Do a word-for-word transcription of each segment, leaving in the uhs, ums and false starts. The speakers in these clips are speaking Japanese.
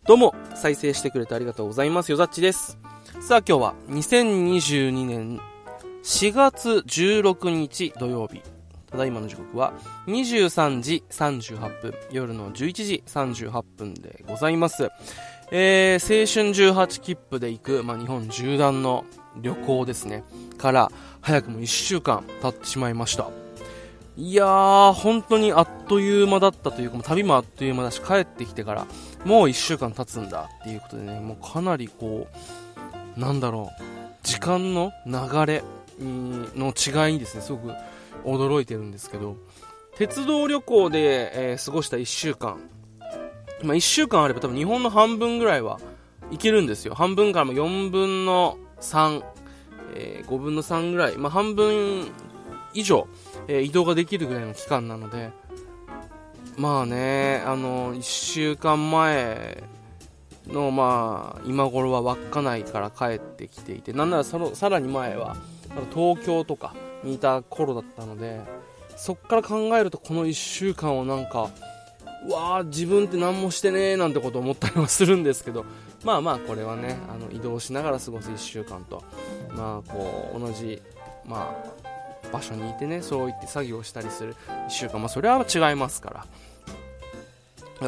どうも再生してくれてありがとうございます。よざっちです。さあ今日はにせんにじゅうにねんしがつじゅうろくにち土曜日、ただいまの時刻はにじゅうさんじさんじゅうはっぷん、夜のじゅういちじさんじゅうはっぷんでございます。えー、青春じゅうはち切符で行く、まあ、日本縦断の旅行ですねから早くもいっしゅうかん経ってしまいました。いやー本当にあっという間だったというか、旅もあっという間だし、帰ってきてからもういっしゅうかん経つんだっていうことでね、もうかなりこうなんだろう、時間の流れの違いにですねすごく驚いてるんですけど、鉄道旅行で、えー、過ごしたいっしゅうかん、まあ、いっしゅうかんあれば多分日本の半分ぐらいはいけるんですよ。半分からもよんぶんのさん、えー、ごぶんのさんぐらい、まあ、半分以上、えー、移動ができるぐらいの期間なので、まあね、あのいっしゅうかんまえのまあ今頃は稚内から帰ってきていて、なんならそのさらに前は東京とかにいた頃だったので、そっから考えるとこのいっしゅうかんをなんかうわー自分って何もしてねーなんてこと思ったりはするんですけど、まあまあこれはね、あの移動しながら過ごすいっしゅうかんと、まあこう同じまあ場所にいてね、そういって作業したりするいっしゅうかん、まあそれは違いますから、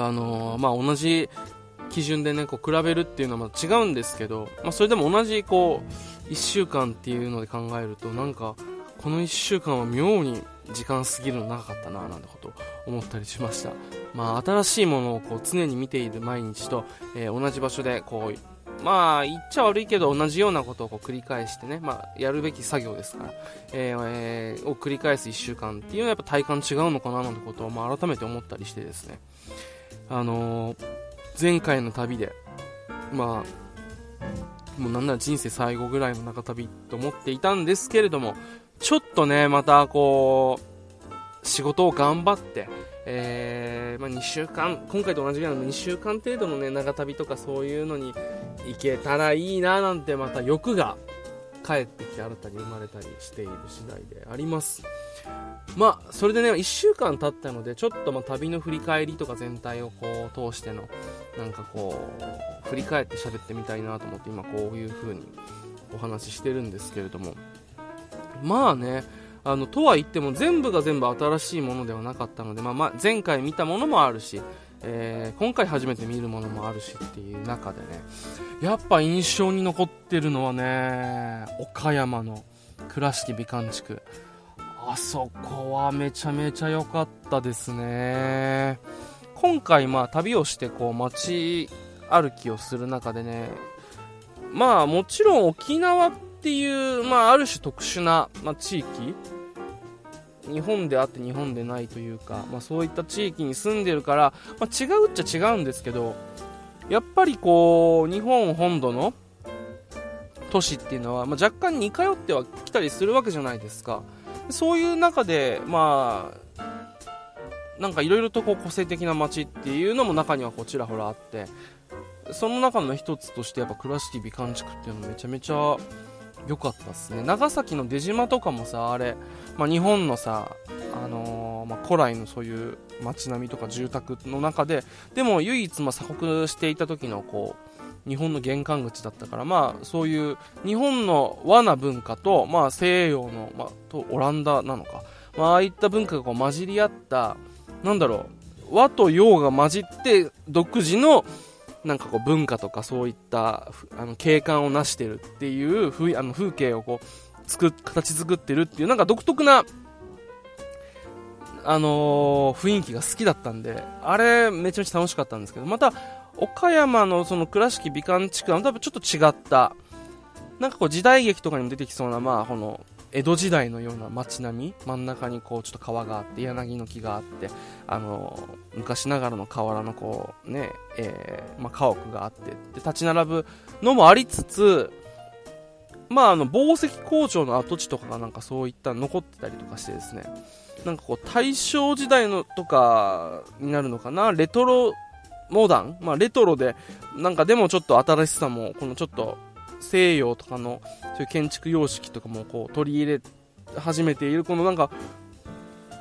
あのー、まあ同じ基準でねこう比べるっていうのはまた違うんですけど、まあそれでも同じこういっしゅうかんっていうので考えると、なんかこのいっしゅうかんは妙に時間過ぎるの長かったななんてこと思ったりしました。まあ新しいものをこう常に見ている毎日と、えー、同じ場所でこうまあ言っちゃ悪いけど同じようなことをこう繰り返してね、まあやるべき作業ですから、えーえー、を繰り返すいっしゅうかんっていうのはやっぱ体感違うのかななんてことをまあ改めて思ったりしてですね、あのー、前回の旅でまあもうなんなら人生最後ぐらいの長旅と思っていたんですけれども、ちょっとねまたこう仕事を頑張って、えーまあ、にしゅうかん、今回と同じぐらいのにしゅうかん程度のね長旅とかそういうのに行けたらいいななんて、また欲が帰ってきて新たに生まれたりしている次第であります。まあそれでねいっしゅうかん経ったので、ちょっとまあ旅の振り返りとか全体をこう通してのなんかこう振り返って喋ってみたいなと思って今こういう風にお話ししてるんですけれども、まあね、あのとは言っても全部が全部新しいものではなかったので、まあ、まあ前回見たものもあるし、えー、今回初めて見るものもあるしっていう中でね、やっぱ印象に残ってるのはね、岡山の倉敷美観地区、あそこはめちゃめちゃ良かったですね。今回まあ旅をしてこう街歩きをする中でね、まあもちろん沖縄っていう、まあ、ある種特殊な、まあ、地域、日本であって日本でないというか、まあ、そういった地域に住んでるから、まあ、違うっちゃ違うんですけど、やっぱりこう日本本土の都市っていうのは、まあ、若干似通ってはきたりするわけじゃないですか。そういう中でまあなんかいろいろとこう個性的な街っていうのも中にはこうちらほらあって、その中の一つとしてやっぱ倉敷美観地区っていうのめちゃめちゃ良かったですね。長崎の出島とかもさ、あれ、まあ、日本のさ、あのーまあ、古来のそういう街並みとか住宅の中ででも唯一まあ鎖国していた時のこう日本の玄関口だったから、まあそういう日本の和な文化と、まあ、西洋の、まあ、とオランダなのか、まあ、ああいった文化がこう混じり合った、なんだろう、和と洋が混じって独自のなんかこう文化とかそういったあの景観を成してるっていう風あの風景をこう作っ形作ってるっていうなんか独特な、あのー、雰囲気が好きだったんで、あれめちゃめちゃ楽しかったんですけど、また岡山のその倉敷美観地区は多分ちょっと違った、なんかこう時代劇とかにも出てきそうな、まあこの江戸時代のような街並み、真ん中にこうちょっと川があって柳の木があって、あのー、昔ながらの河原のこうね、えー、まあ、家屋があってで立ち並ぶのもありつつ、まああの紡績工場の跡地とかがなんかそういった残ってたりとかしてですね、なんかこう大正時代のとかになるのかな、レトロモダン、まあレトロでなんかでもちょっと新しさもこのちょっと西洋とかのそういう建築様式とかもこう取り入れ始めている、このなんか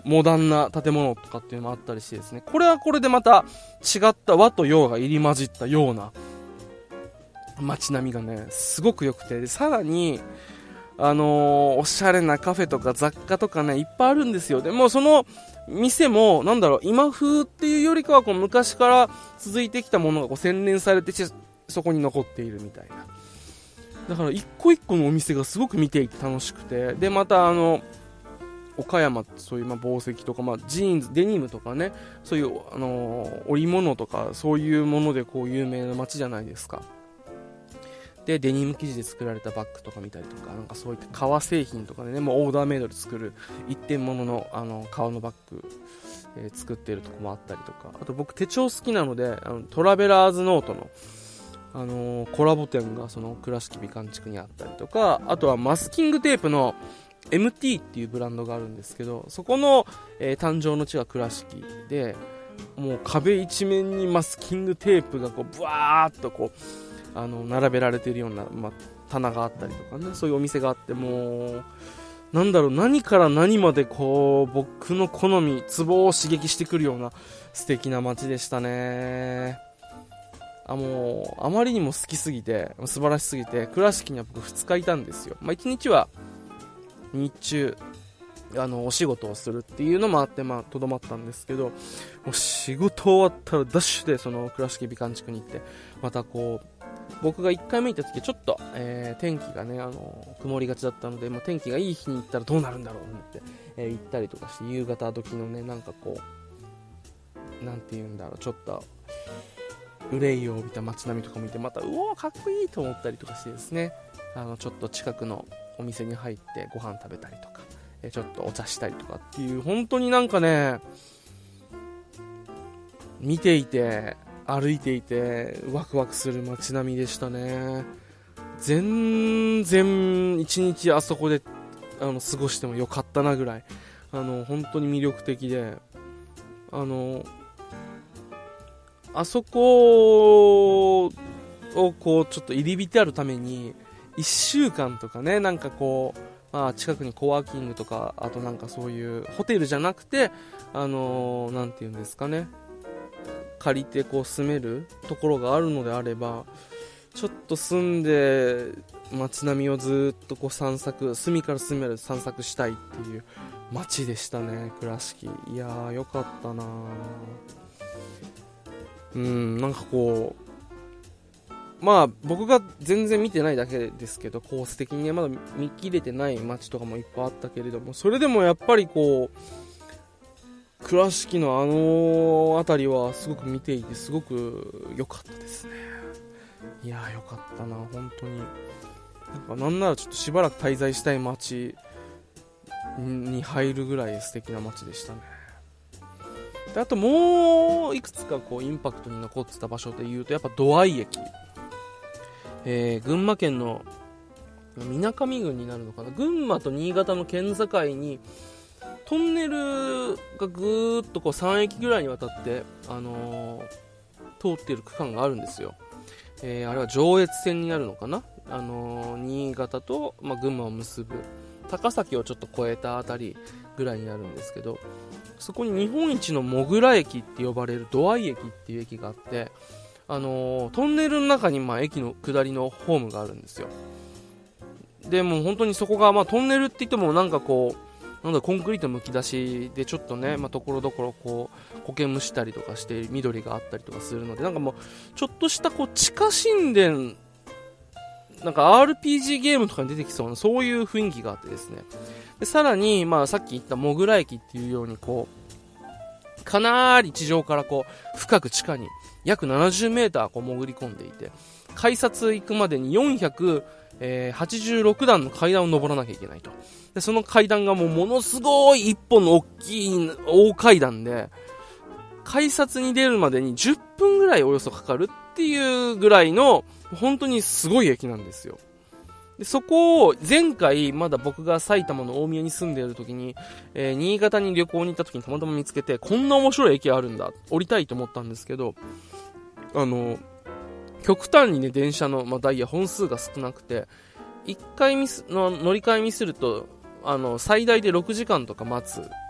モダンな建物とかっていうのもあったりしてですね、これはこれでまた違った和と洋が入り混じったような街並みがね、すごく良くて、でさらに、あのー、おしゃれなカフェとか雑貨とかね、いっぱいあるんですよ。でもその店も、なんだろう、今風っていうよりかはこう昔から続いてきたものがこう洗練されてそこに残っているみたいな。だから一個一個のお店がすごく見ていて楽しくて、でまたあの岡山ってそういうまあ紡績とか、まあ、ジーンズデニムとかね、そういう、あのー、織物とかそういうものでこう有名な街じゃないですか。でデニム生地で作られたバッグとか見たりとか、なんかそういった革製品とかでね、もうオーダーメイドで作る一点物のあの革のバッグ、えー、作っているとこもあったりとか、あと僕手帳好きなので、あのトラベラーズノートのあのー、コラボ店がその倉敷美観地区にあったりとか、あとはマスキングテープの エムティー っていうブランドがあるんですけど、そこの、えー、誕生の地が倉敷で、もう壁一面にマスキングテープがこうブワーっとこうあの並べられているような、まあ、棚があったりとかね、そういうお店があって、もうなんだろう、何から何までこう僕の好み、ツボを刺激してくるような素敵な街でしたね。あもうあまりにも好きすぎて、素晴らしすぎて、倉敷には僕ふつかいたんですよ。まあ、いちにちは日中あのお仕事をするっていうのもあって、まあとどまったんですけど、もう仕事終わったらダッシュでその倉敷美観地区に行って、またこう僕がいっかいめ行った時ちょっと、えー、天気がね、あの曇りがちだったので、まあ、天気がいい日に行ったらどうなるんだろうって、えー、行ったりとかして、夕方時のね、なんかこうなんていうんだろう、ちょっと憂いを帯びた街並みとか見て、またうおーかっこいいと思ったりとかしてですね、あのちょっと近くのお店に入ってご飯食べたりとか、えー、ちょっとお茶したりとかっていう、本当になんかね、見ていて歩いていてワクワクする街並みでしたね。全然一日あそこであの過ごしてもよかったなぐらい、あの本当に魅力的で、あのあそこをこうちょっと入り浸るためにいっしゅうかんとかね、なんかこう、まあ、近くにコワーキングとか、あとなんかそういうホテルじゃなくて、あのー、なんていうんですかね、借りてこう住めるところがあるのであれば、ちょっと住んで街並みをずっとこう散策、隅から隅まで散策したいっていう街でしたね、倉敷。いやーよかったなー。うん、なんかこう、まあ僕が全然見てないだけですけど、コース的にねまだ見切れてない街とかもいっぱいあったけれども、それでもやっぱりこう倉敷のあの辺りはすごく見ていてすごく良かったですね。いやー良かったな本当に。なんかなんならちょっとしばらく滞在したい街に入るぐらい素敵な街でしたね。であともういくつかこうインパクトに残ってた場所でいうと、やっぱ土合駅、えー、群馬県のみなかみ郡になるのかな、群馬と新潟の県境にトンネルがぐーっとこうさんえきぐらいにわたって、あのー、通っている区間があるんですよ。えー、あれは上越線になるのかな、あのー、新潟と、まあ、群馬を結ぶ高崎をちょっと越えたあたりぐらいになるんですけど、そこに日本一のモグラ駅って呼ばれる土合駅っていう駅があって、あのー、トンネルの中にまあ駅の下りのホームがあるんですよ。でもう本当にそこが、まあ、トンネルって言ってもなんかこうなんだコンクリートむき出しでちょっとね、まあ、ところどころこう苔むしたりとかして緑があったりとかするので、なんかもうちょっとしたこう地下神殿、なんか アールピージー ゲームとかに出てきそうなそういう雰囲気があってですね、でさらに、まあ、さっき言ったモグラ駅っていうようにこうかなり地上からこう深く地下に約ななじゅうメーターこう潜り込んでいて、改札行くまでによんひゃくはちじゅうろくだんの階段を登らなきゃいけないと。でその階段がもうものすごい一本の大きい大階段で、改札に出るまでにじゅっぷんぐらいおよそかかるっていうぐらいの本当にすごい駅なんですよ。でそこを前回まだ僕が埼玉の大宮に住んでいる時に、えー、新潟に旅行に行った時にたまたま見つけて、こんな面白い駅あるんだ、降りたいと思ったんですけど、あの極端にね電車の、まあ、ダイヤ本数が少なくて、いっかいミスの乗り換えミスるとあの最大でろくじかんとか待つ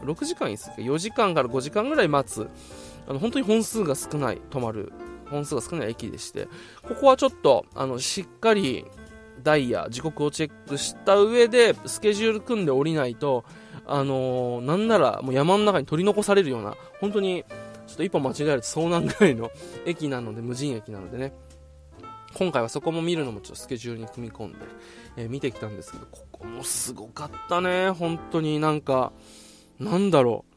ろくじかんいすよじかんからごじかんぐらい待つ、あの本当に本数が少ない止まる本数が少ない駅でして、ここはちょっとあのしっかりダイヤ時刻をチェックした上でスケジュール組んで降りないと、あのー、なんならもう山の中に取り残されるような、本当にちょっと一歩間違えると遭難ぐらいの駅なので、無人駅なのでね、今回はそこも見るのもちょっとスケジュールに組み込んで、えー、見てきたんですけど、ここもすごかったね。本当になんかなんだろ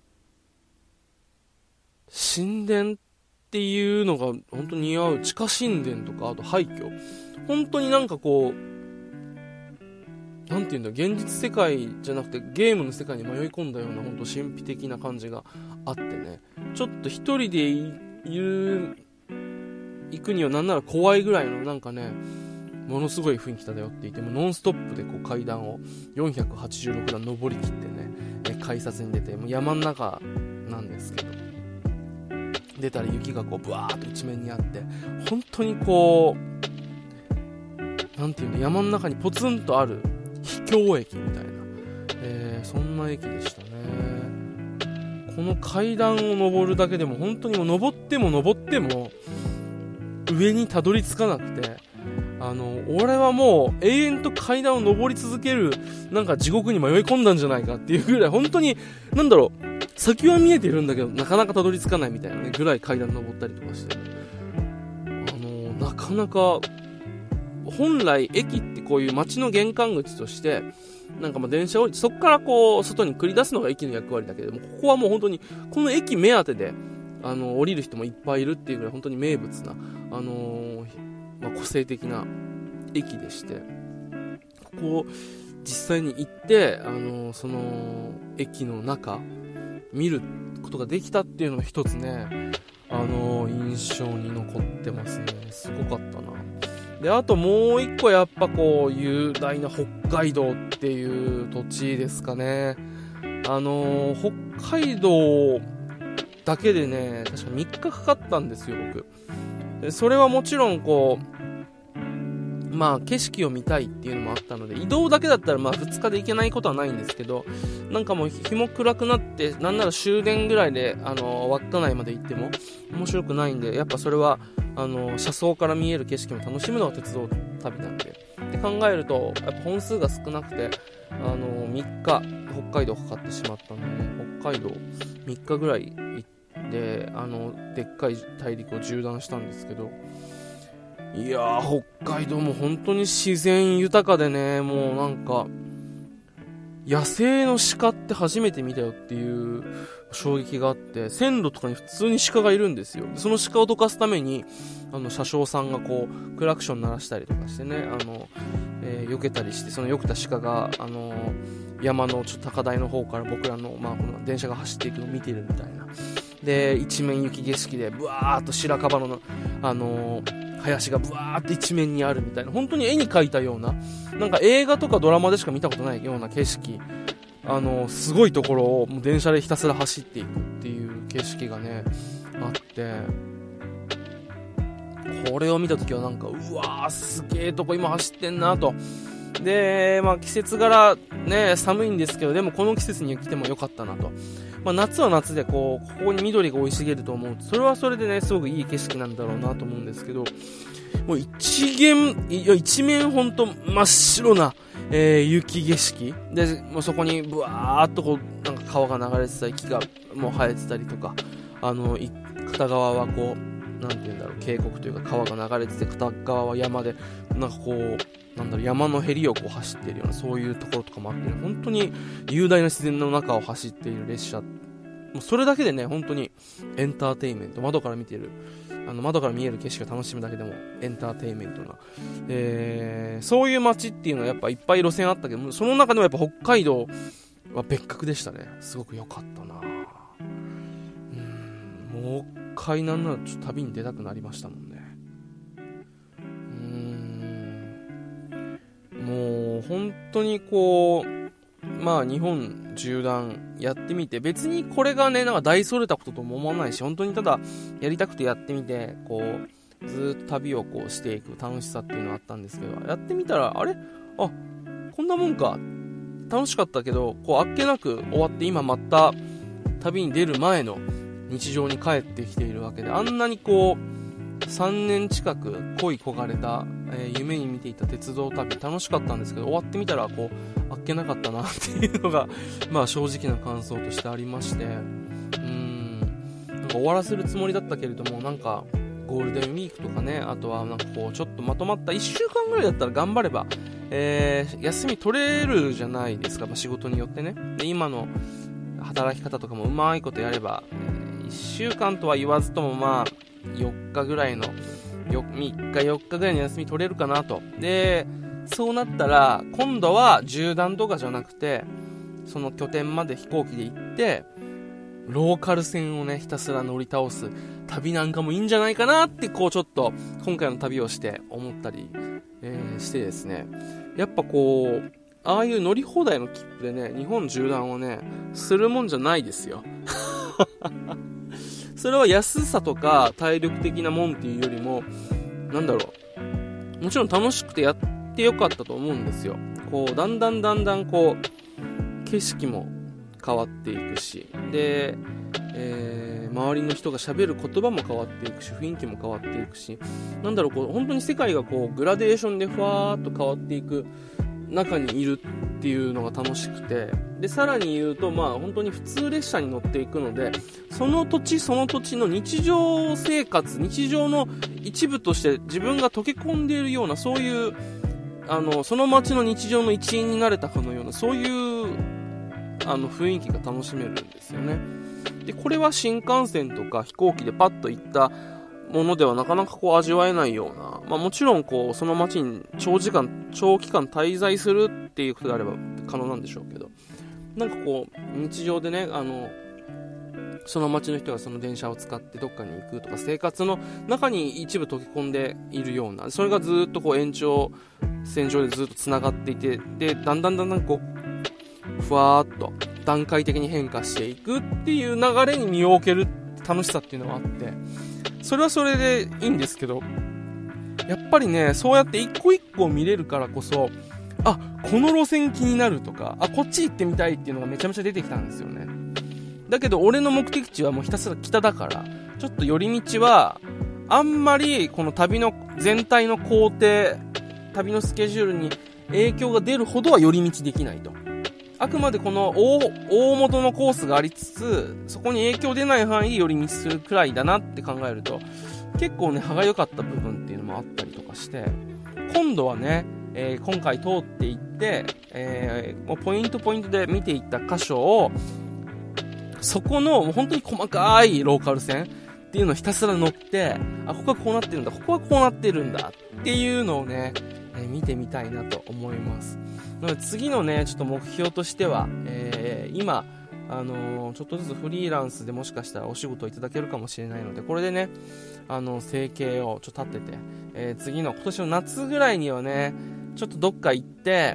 う、神殿っていうのが本当に似合う地下神殿とか、あと廃墟、本当になんかこうなんていうんだ、現実世界じゃなくてゲームの世界に迷い込んだような本当神秘的な感じがあってね、ちょっと一人でいる行くにはなんなら怖いぐらいのなんかね、ものすごい雰囲気漂っていて、もノンストップでこう階段をよんひゃくはちじゅうろくだん登りきってね、え改札に出て、もう山の中なんですけど、出たら雪がこうブワーっと一面にあって、本当にこうなんていうの、山の中にポツンとある秘境駅みたいな、えー、そんな駅でしたね。この階段を登るだけでも本当にもう登っても登っても上にたどり着かなくて、あの俺はもう永遠と階段を登り続けるなんか地獄に迷い込んだんじゃないかっていうぐらい、本当になんだろう、先は見えてるんだけどなかなかたどり着かないみたいなねぐらい階段登ったりとかして、あのなかなか本来駅ってこういう街の玄関口としてなんかまあ電車を降りてそこからこう外に繰り出すのが駅の役割だけども、ここはもう本当にこの駅目当てであの降りる人もいっぱいいるっていうぐらい本当に名物な、あのーまあ、個性的な駅でして、ここ実際に行って、あのー、その駅の中見ることができたっていうのが一つね、あのー、印象に残ってますね。すごかったな。であともう一個やっぱこう雄大な北海道っていう土地ですかね。あのー、北海道だけでね確かみっかかかったんですよ僕。でそれはもちろんこうまあ景色を見たいっていうのもあったので、移動だけだったらまあふつかで行けないことはないんですけど、なんかもう日も暗くなってなんなら終電ぐらいであの稚内まで行っても面白くないんで、やっぱそれはあの車窓から見える景色も楽しむのが鉄道旅なんで、で考えるとやっぱ本数が少なくてあのみっか北海道かかってしまったんでね、北海道みっかぐらい行ってあのでっかい大陸を縦断したんですけど、いやー北海道も本当に自然豊かでね、もうなんか野生の鹿って初めて見たよっていう衝撃があって、線路とかに普通に鹿がいるんですよ。その鹿をどかすためにあの車掌さんがこうクラクション鳴らしたりとかしてね、あの、えー、避けたりして、その避けた鹿があの山のちょっと高台の方から僕らの、まあ、この電車が走っていくのを見てるみたいな。で一面雪景色でブワーっと白樺の、あのー林がブワーって一面にあるみたいな、本当に絵に描いたような、なんか映画とかドラマでしか見たことないような景色、あのすごいところをもう電車でひたすら走っていくっていう景色がねあって、これを見たときはなんかうわーすげーとこ今走ってんなと。でまあ季節柄ね寒いんですけど、でもこの季節に来てもよかったなと。まあ、夏は夏でこうここに緑が生い茂ると思うと、それはそれでねすごくいい景色なんだろうなと思うんですけど、もう一面いや一面本当真っ白な、えー、雪景色で、もうそこにブワーっとこうなんか川が流れてたり木がもう生えてたりとか、あの片側はこうなんていうんだろう渓谷というか川が流れてて、片側は山でなんかこうなんだろう山のへりをこう走っているようなそういうところとかもあって、ね、本当に雄大な自然の中を走っている列車、もうそれだけでね本当にエンターテインメント、窓から見てるあの窓から見える景色を楽しむだけでもエンターテインメントな、えー、そういう街っていうのはやっぱいっぱい路線あったけど、その中でもやっぱ北海道は別格でしたね。すごく良かったな。うん、もう一回なんならちょっと旅に出たくなりましたもんね。もう本当にこうまあ日本縦断やってみて、別にこれがねなんか大それたこととも思わないし、本当にただやりたくてやってみてこうずっと旅をこうしていく楽しさっていうのはあったんですけど、やってみたらあれあこんなもんかっ楽しかったけど、こう、あっけなく終わって今また旅に出る前の日常に帰ってきているわけで、あんなにこう、さんねん近く恋焦がれた、えー、夢に見ていた鉄道旅楽しかったんですけど、終わってみたらこう、あっけなかったなっていうのが、まあ正直な感想としてありまして、うーん、なんか終わらせるつもりだったけれども、なんか、ゴールデンウィークとかね、あとはなんかこうちょっとまとまったいっしゅうかんぐらいだったら頑張れば、えー、休み取れるじゃないですか、まあ、仕事によってね。で今の働き方とかもうまいことやれば、えー、いっしゅうかんとは言わずともまあよっかぐらいのみっかよっかぐらいの休み取れるかなと。でそうなったら今度は縦断とかじゃなくて、その拠点まで飛行機で行ってローカル線をねひたすら乗り倒す旅なんかもいいんじゃないかなって、こうちょっと今回の旅をして思ったり、えー、してですね、やっぱこうああいう乗り放題の切符でね日本縦断をねするもんじゃないですよそれは安さとか体力的なもんっていうよりも、なんだろう、もちろん楽しくてやってよかったと思うんですよ。こうだんだんだんだんこう景色も変わっていくし、で、えー、周りの人が喋る言葉も変わっていくし、雰囲気も変わっていくし、なんだろう、こう本当に世界がこうグラデーションでふわーっと変わっていく中にいるっていうのが楽しくて、でさらに言うと、まあ本当に普通列車に乗っていくので、その土地その土地の日常生活、日常の一部として自分が溶け込んでいるような、そういうあのその街の日常の一員になれたかのような、そういうあの雰囲気が楽しめるんですよね。でこれは新幹線とか飛行機でパッと行ったものではなかなかこう味わえないような、まあ、もちろんこうその街に長時間長期間滞在するっていうことであれば可能なんでしょうけど、なんかこう日常でね、あのその街の人がその電車を使ってどっかに行くとか、生活の中に一部溶け込んでいるような、それがずっとこう延長線上でずっとつながっていて、でだんだんだんだんこうふわーっと段階的に変化していくっていう流れに身を置ける楽しさっていうのがあって、それはそれでいいんですけど、やっぱりねそうやって一個一個見れるからこそ、あ、この路線気になるとか、あ、こっち行ってみたいっていうのがめちゃめちゃ出てきたんですよね。だけど俺の目的地はもうひたすら北だから、ちょっと寄り道はあんまりこの旅の全体の工程、旅のスケジュールに影響が出るほどは寄り道できないと。あくまでこの 大, 大元のコースがありつつ、そこに影響出ない範囲で寄り道するくらいだなって考えると、結構ね歯が良かった部分っていうのもあったりとかして、今度はね、えー、今回通っていって、えー、もうポイントポイントで見ていった箇所を、そこのもう本当に細かいローカル線っていうのをひたすら乗って、あ、ここはこうなってるんだ、ここはこうなってるんだっていうのをね、えー、見てみたいなと思います。なので次のねちょっと目標としては、えー、今あのー、ちょっとずつフリーランスでもしかしたらお仕事をいただけるかもしれないので、これでねあの生計をちょっと立てて、えー、次の今年の夏ぐらいにはねちょっとどっか行って、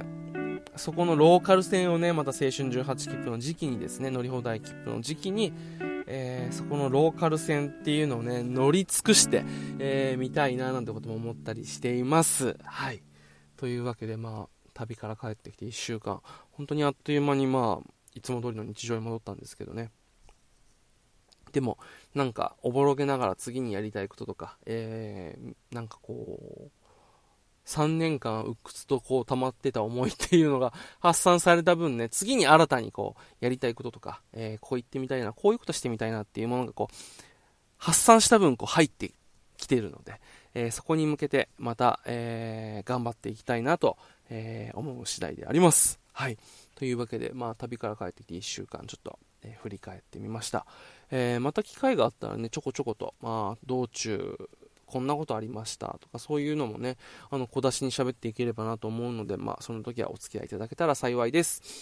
そこのローカル線をねまた青春じゅうはち切符の時期にですね、乗り放題切符の時期に、えー、そこのローカル線っていうのをね乗り尽くして、えー、見たいななんてことも思ったりしています。はい、というわけで、まあ旅から帰ってきていっしゅうかん、本当にあっという間にまあいつも通りの日常に戻ったんですけどね。でもなんかおぼろげながら次にやりたいこととか、えー、なんかこうさんねんかん鬱屈とこう溜まってた思いっていうのが発散された分ね、次に新たにこうやりたいこととか、えー、こう言ってみたいな、こういうことしてみたいなっていうものがこう発散した分こう入ってきているので、えー、そこに向けてまた、えー、頑張っていきたいなと、えー、思う次第であります。はい、というわけで、まあ、旅から帰ってきていっしゅうかんちょっと、えー、振り返ってみました。えー、また機会があったらねちょこちょこと、まあ、道中こんなことありましたとか、そういうのもねあの小出しに喋っていければなと思うので、まあ、その時はお付き合いいただけたら幸いです。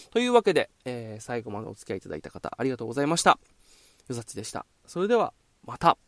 というわけで、えー、最後までお付き合いいただいた方ありがとうございました。よざっちでした。それではまた。